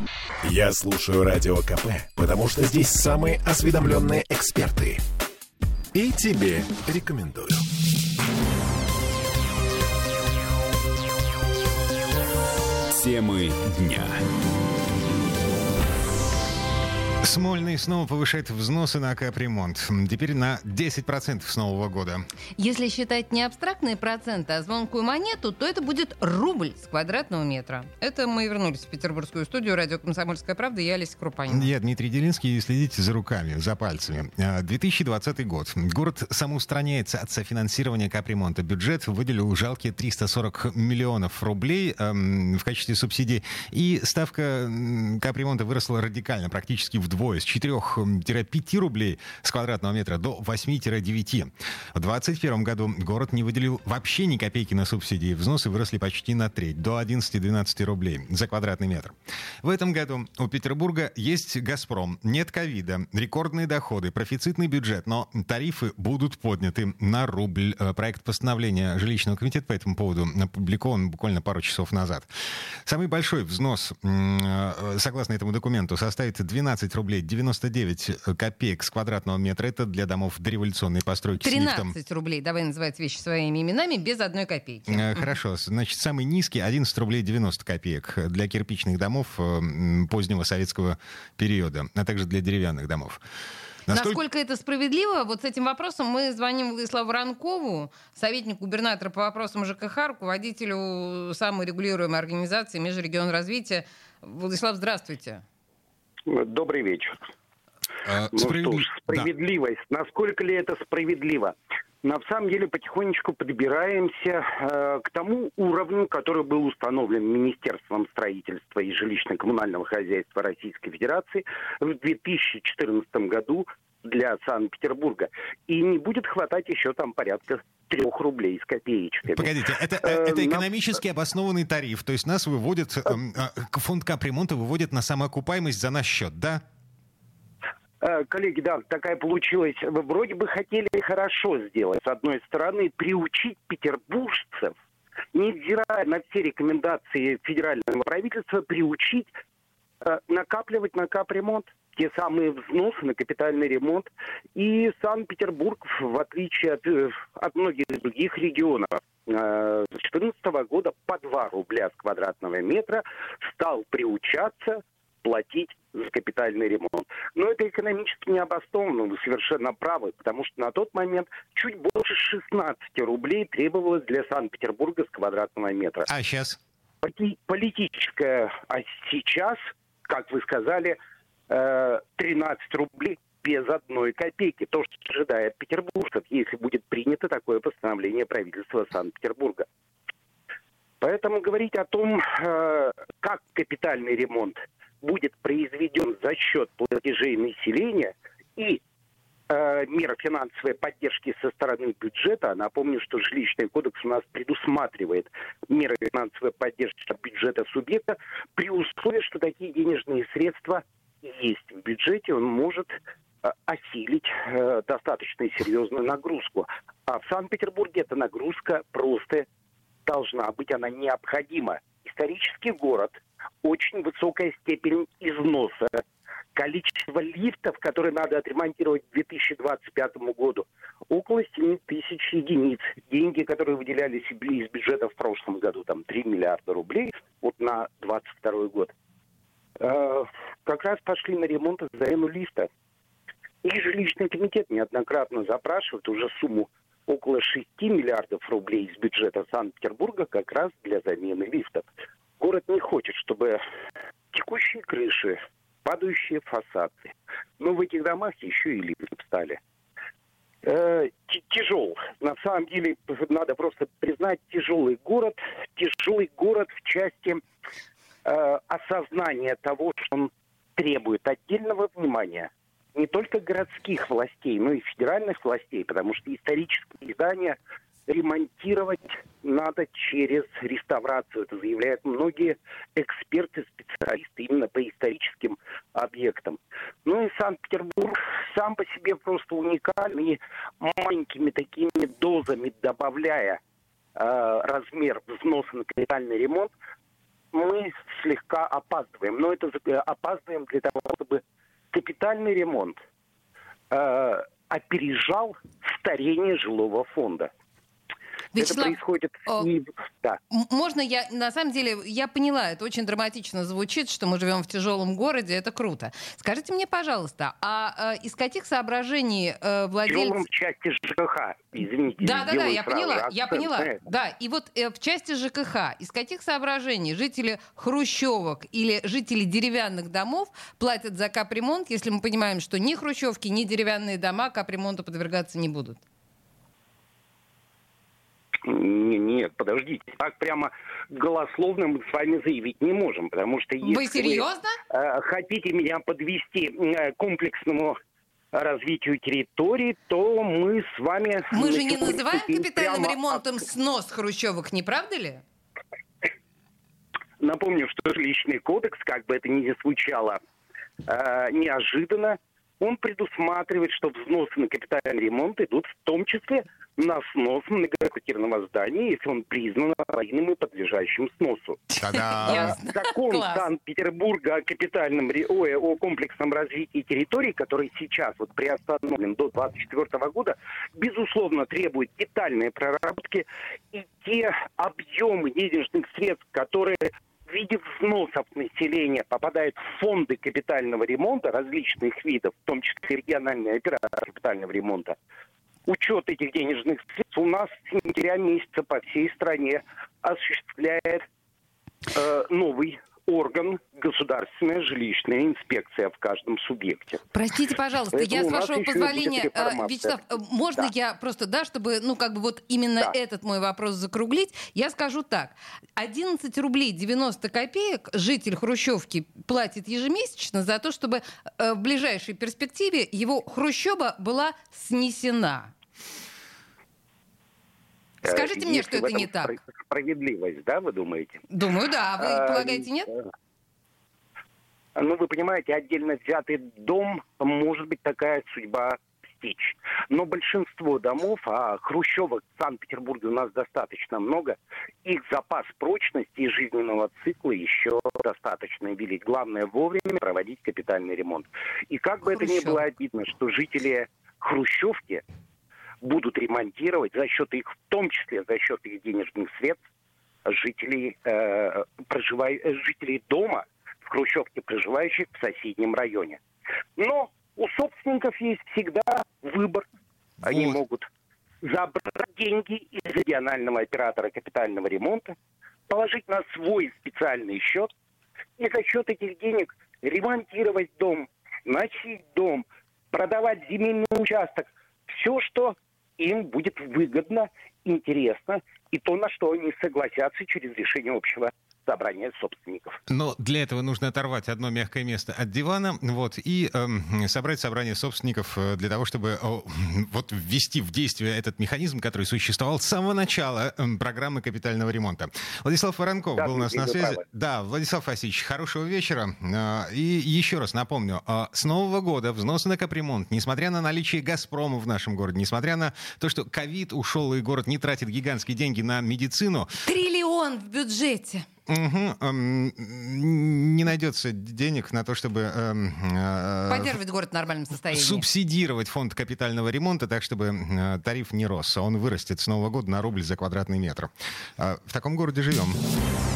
Я слушаю Радио КП, потому что здесь самые осведомленные эксперты. И тебе рекомендую. Темы дня. Смольный снова повышает взносы на капремонт. Теперь на 10% с нового года. Если считать не абстрактные проценты, а звонкую монету, то это будет рубль с квадратного метра. Это мы вернулись в петербургскую студию «Радио Комсомольская правда». Я Олеся Крупанина. Я Дмитрий Делинский. Следите за руками, за пальцами. 2020 год. Город самоустраняется от софинансирования капремонта. Бюджет выделил жалкие 340 миллионов рублей в качестве субсидии. И ставка капремонта выросла радикально, практически вдвое, с 4-5 рублей с квадратного метра до 8-9. В 2021 году город не выделил вообще ни копейки на субсидии. Взносы выросли почти на треть, до 11-12 рублей за квадратный метр. В этом году у Петербурга есть «Газпром», нет ковида, рекордные доходы, профицитный бюджет, но тарифы будут подняты на рубль. Проект постановления жилищного комитета по этому поводу опубликован буквально пару часов назад. Самый большой взнос, согласно этому документу, составит 12 рублей 99 копеек с квадратного метра. Это для домов дореволюционной постройки 13 рублей, давай называть вещи своими именами, без одной копейки. Хорошо. Значит, самый низкий 11 рублей 90 копеек для кирпичных домов позднего советского периода, а также для деревянных домов. Насколько это справедливо? Вот с этим вопросом мы звоним Владиславу Ранкову, советнику губернатора по вопросам ЖКХ, руководителю самой регулируемой организации «Межрегионразвитие». Владислав, здравствуйте. Добрый вечер. Справедливость. Да. Насколько ли это справедливо? На самом деле потихонечку подбираемся к тому уровню, который был установлен Министерством строительства и жилищно-коммунального хозяйства Российской Федерации в 2014 году для Санкт-Петербурга. И не будет хватать еще там порядка 3 рублей с копеечками. Погодите, это экономически обоснованный тариф, то есть нас выводят, фонд капремонта выводит на самоокупаемость за наш счет, да? Коллеги, да, такая получилась. Вы вроде бы хотели хорошо сделать. С одной стороны, приучить петербуржцев, невзирая на все рекомендации федерального правительства, приучить накапливать на капремонт. Те самые взносы на капитальный ремонт. И Санкт-Петербург, в отличие от многих других регионов, с 2014 года по 2 рубля с квадратного метра стал приучаться платить за капитальный ремонт. Но это экономически не обосновано, вы совершенно правы, потому что на тот момент чуть больше 16 рублей требовалось для Санкт-Петербурга с квадратного метра. А сейчас? Политическая. А сейчас, как вы сказали, 13 рублей без одной копейки. То, что ожидает петербуржцев, если будет принято такое постановление правительства Санкт-Петербурга. Поэтому говорить о том, как капитальный ремонт будет произведен за счет платежей населения и мер финансовой поддержки со стороны бюджета. Напомню, что жилищный кодекс у нас предусматривает меры финансовой поддержки бюджета субъекта при условии, что такие денежные средства есть в бюджете, он может осилить достаточно серьезную нагрузку. А в Санкт-Петербурге эта нагрузка просто должна быть, она необходима. Исторический город, очень высокая степень износа. Количество лифтов, которые надо отремонтировать к 2025 году, около 7 тысяч единиц. Деньги, которые выделялись из бюджета в прошлом году, там 3 миллиарда рублей, вот на 2022 год, как раз пошли на ремонт и замену лифта. И жилищный комитет неоднократно запрашивает уже сумму около 6 миллиардов рублей из бюджета Санкт-Петербурга как раз для замены лифтов. Город не хочет, чтобы текущие крыши, падающие фасады, но в этих домах еще и лифты стали. Тяжел. На самом деле, надо просто признать, тяжелый город в части осознания того, что он требует отдельного внимания не только городских властей, но и федеральных властей, потому что исторические здания ремонтировать надо через реставрацию. Это заявляют многие эксперты, специалисты именно по историческим объектам. Ну и Санкт-Петербург сам по себе просто уникальный, маленькими такими дозами добавляя размер взноса на капитальный ремонт, мы слегка опаздываем. Но это опаздываем для того, чтобы капитальный ремонт опережал старение жилого фонда. Вячеслав, это происходит... Да. Можно я... На самом деле, я поняла, это очень драматично звучит, что мы живем в тяжелом городе, это круто. Скажите мне, пожалуйста, из каких соображений владельцы... Тяжелом в части ЖКХ, извините. Да, я поняла. Да, и вот в части ЖКХ, из каких соображений жители хрущевок или жители деревянных домов платят за капремонт, если мы понимаем, что ни хрущевки, ни деревянные дома капремонту подвергаться не будут? Нет, подождите. Так прямо голословно мы с вами заявить не можем, потому что если вы серьезно? Хотите меня подвести к комплексному развитию территории, то мы с вами... Мы же не называем капитальным ремонтом снос хрущевок, не правда ли? Напомню, что жилищный кодекс, как бы это ни звучало неожиданно, он предусматривает, что взносы на капитальный ремонт идут в том числе на снос многоквартирного здания, если он признан аварийным и подлежащим сносу. Закон Санкт-Петербурга о комплексном развитии территорий, который сейчас приостановлен до 2024 года, безусловно, требует детальной проработки, и те объемы денежных средств, которые в виде взносов населения попадают в фонды капитального ремонта различных видов, в том числе региональные операторы капитального ремонта, учет этих денежных средств у нас с сентября месяца по всей стране осуществляет новый орган, государственная жилищная инспекция в каждом субъекте. Простите, пожалуйста, я, с вашего позволения, Вячеслав, можно я просто, чтобы, именно этот мой вопрос закруглить, я скажу так. 11 рублей 90 копеек житель хрущевки платит ежемесячно за то, чтобы в ближайшей перспективе его хрущеба была снесена. Скажите мне, что это не так. Справедливость, да, вы думаете? Думаю, да. Вы полагаете, нет? Вы понимаете, отдельно взятый дом, может быть, такая судьба стичь. Но большинство домов, а хрущевок в Санкт-Петербурге у нас достаточно много, их запас прочности и жизненного цикла еще достаточно велик. Главное вовремя проводить капитальный ремонт. И как бы это ни было обидно, что жители хрущевки будут ремонтировать за счет их, в том числе за счет их денежных средств, жителей дома в хрущевке, проживающих в соседнем районе. Но у собственников есть всегда выбор. Они могут забрать деньги из регионального оператора капитального ремонта, положить на свой специальный счет и за счет этих денег ремонтировать дом, носить дом, продавать земельный участок. Все, что им будет выгодно, интересно, и то, на что они согласятся через решение общего собрания собственников. Но для этого нужно оторвать одно мягкое место от дивана, и собрать собрание собственников для того, чтобы ввести в действие этот механизм, который существовал с самого начала программы капитального ремонта. Владислав Воронков был у нас на связи. Да, Владислав Васильевич, хорошего вечера. И еще раз напомню, с Нового года взносы на капремонт, несмотря на наличие «Газпрома» в нашем городе, несмотря на то, что ковид ушел и город не тратит гигантские деньги на медицину... 1 триллион в бюджете. Не найдется денег на то, чтобы поддерживать город в нормальном состоянии. Субсидировать фонд капитального ремонта так, чтобы тариф не рос. Он вырастет с Нового года на рубль за квадратный метр. В таком городе живем.